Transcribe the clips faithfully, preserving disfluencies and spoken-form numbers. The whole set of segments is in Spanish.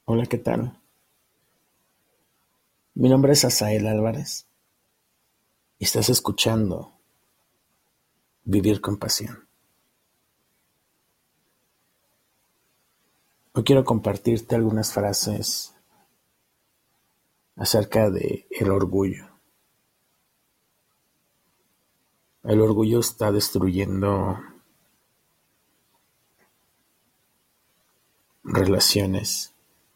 Hola, ¿qué tal? Mi nombre es Asael Álvarez y estás escuchando Vivir con Pasión. Hoy quiero compartirte algunas frases acerca de el orgullo. El orgullo está destruyendo relaciones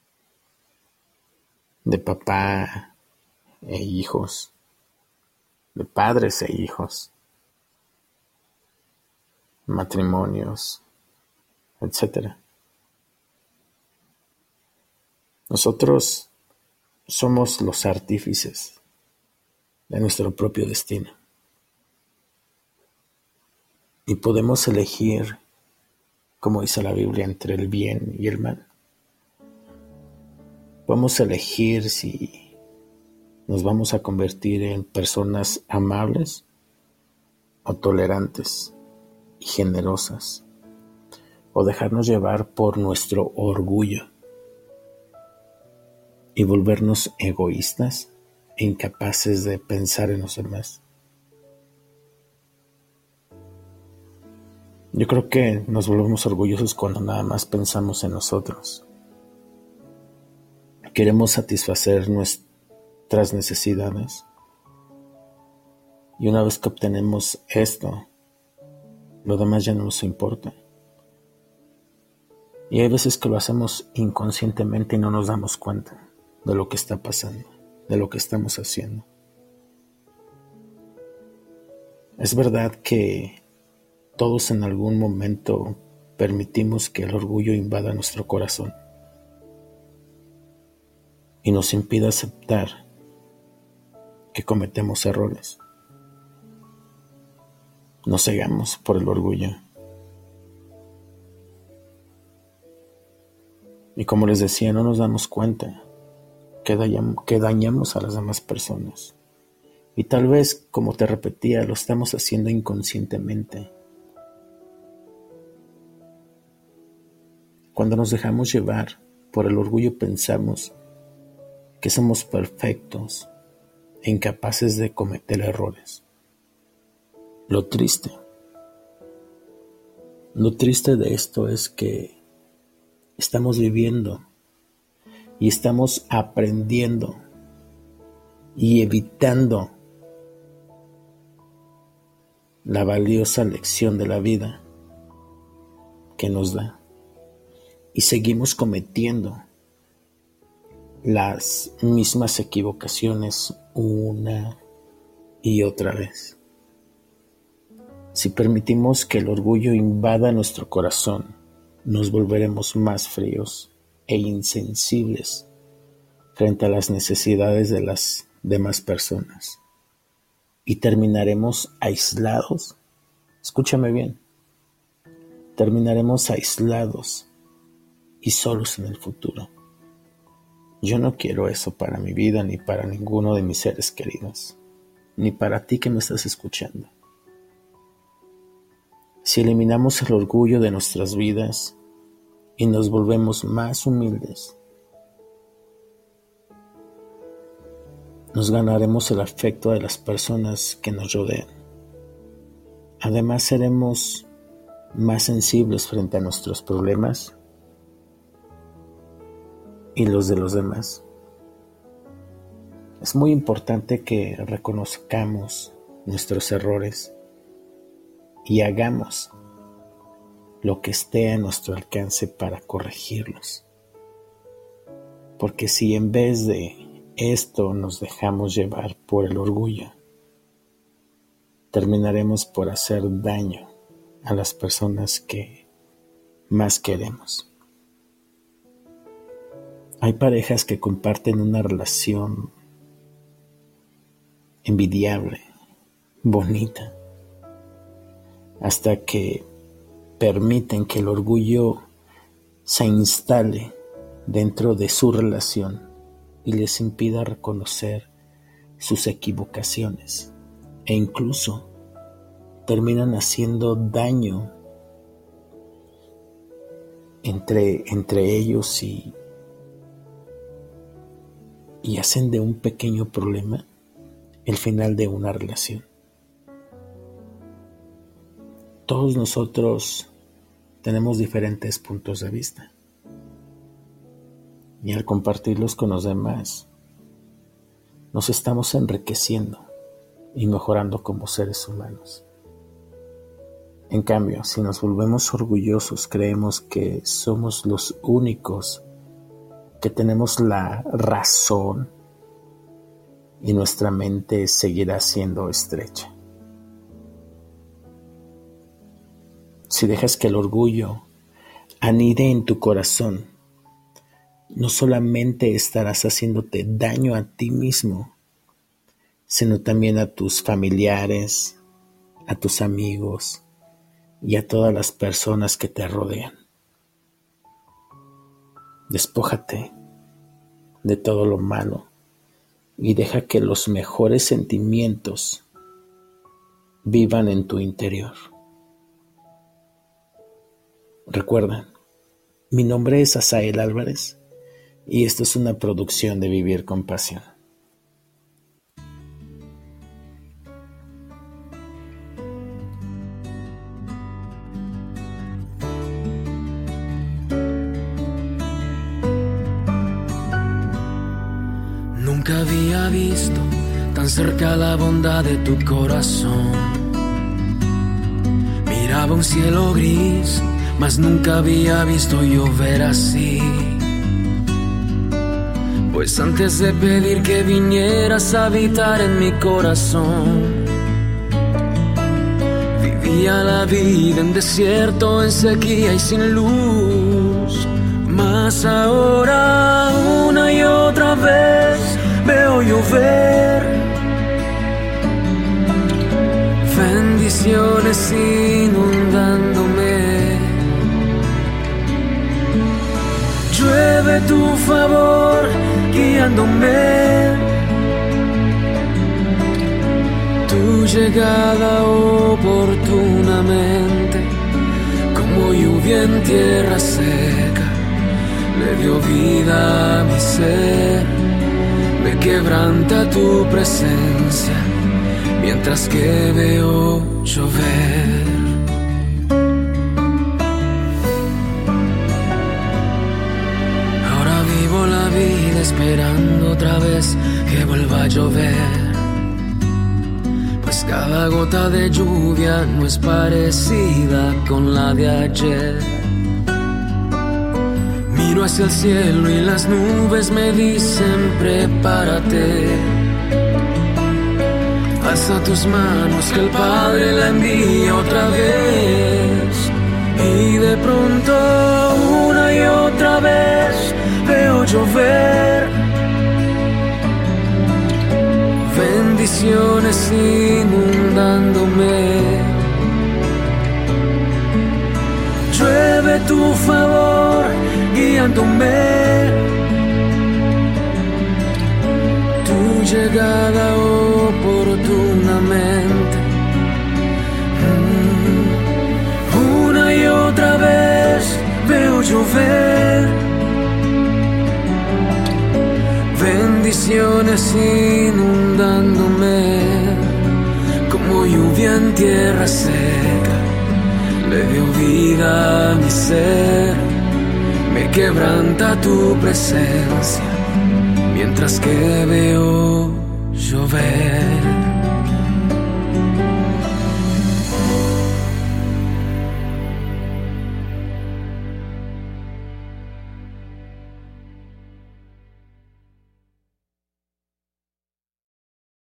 de papá e hijos, de padres e hijos, matrimonios, etcétera. Nosotros somos los artífices de nuestro propio destino y podemos elegir, como dice la Biblia, entre el bien y el mal. Podemos elegir si nos vamos a convertir en personas amables o tolerantes y generosas, o dejarnos llevar por nuestro orgullo y volvernos egoístas e incapaces de pensar en los demás. Yo creo que nos volvemos orgullosos cuando nada más pensamos en nosotros. Queremos satisfacer nuestras necesidades y una vez que obtenemos esto, lo demás ya no nos importa. Y hay veces que lo hacemos inconscientemente y no nos damos cuenta de lo que está pasando, de lo que estamos haciendo. Es verdad que todos en algún momento permitimos que el orgullo invada nuestro corazón y nos impida aceptar que cometemos errores. Nos cegamos por el orgullo. Y como les decía, no nos damos cuenta que dañamos, que dañamos a las demás personas. Y tal vez, como te repetía, lo estamos haciendo inconscientemente. Cuando nos dejamos llevar por el orgullo pensamos que somos perfectos e incapaces de cometer errores. Lo triste, lo triste de esto es que estamos viviendo y estamos aprendiendo y evitando la valiosa lección de la vida que nos da. Y seguimos cometiendo las mismas equivocaciones una y otra vez. Si permitimos que el orgullo invada nuestro corazón, nos volveremos más fríos e insensibles frente a las necesidades de las demás personas. Y terminaremos aislados. Escúchame bien. Terminaremos aislados y solos en el futuro. Yo no quiero eso para mi vida, ni para ninguno de mis seres queridos, ni para ti que me estás escuchando. Si eliminamos el orgullo de nuestras vidas y nos volvemos más humildes, nos ganaremos el afecto de las personas que nos rodean. Además, seremos más sensibles frente a nuestros problemas y los de los demás. Es muy importante que reconozcamos nuestros errores y hagamos lo que esté a nuestro alcance para corregirlos. Porque si en vez de esto nos dejamos llevar por el orgullo, terminaremos por hacer daño a las personas que más queremos. Hay parejas que comparten una relación envidiable, bonita, hasta que permiten que el orgullo se instale dentro de su relación y les impida reconocer sus equivocaciones e incluso terminan haciendo daño entre, entre ellos y y hacen de un pequeño problema el final de una relación. Todos nosotros tenemos diferentes puntos de vista y al compartirlos con los demás nos estamos enriqueciendo y mejorando como seres humanos. En cambio, si nos volvemos orgullosos, creemos que somos los únicos que tenemos la razón y nuestra mente seguirá siendo estrecha. Si dejas que el orgullo anide en tu corazón, no solamente estarás haciéndote daño a ti mismo, sino también a tus familiares, a tus amigos y a todas las personas que te rodean. Despójate de todo lo malo y deja que los mejores sentimientos vivan en tu interior. Recuerda, mi nombre es Asael Álvarez y esto es una producción de Vivir con Pasión. Nunca había visto tan cerca la bondad de tu corazón. Miraba un cielo gris, mas nunca había visto llover así. Pues antes de pedir que vinieras a habitar en mi corazón, vivía la vida en desierto, en sequía y sin luz. Mas ahora una y otra vez veo llover bendiciones inundándome. Llueve tu favor guiándome, tu llegada oportunamente, como lluvia en tierra seca, le dio vida a mi ser. Me quebranta tu presencia mientras que veo llover. Ahora vivo la vida esperando otra vez que vuelva a llover, pues cada gota de lluvia no es parecida con la de ayer. Miro hacia el cielo y las nubes me dicen prepárate. Alza tus manos que el Padre la envía otra vez. Y de pronto una y otra vez veo llover bendiciones inundándome. Llueve tu favor guiándome, tu llegada oportunamente. Mm. Una y otra vez veo llover bendiciones inundándome, como lluvia en tierra seca, le dio vida a mi ser. Me quebranta tu presencia mientras que veo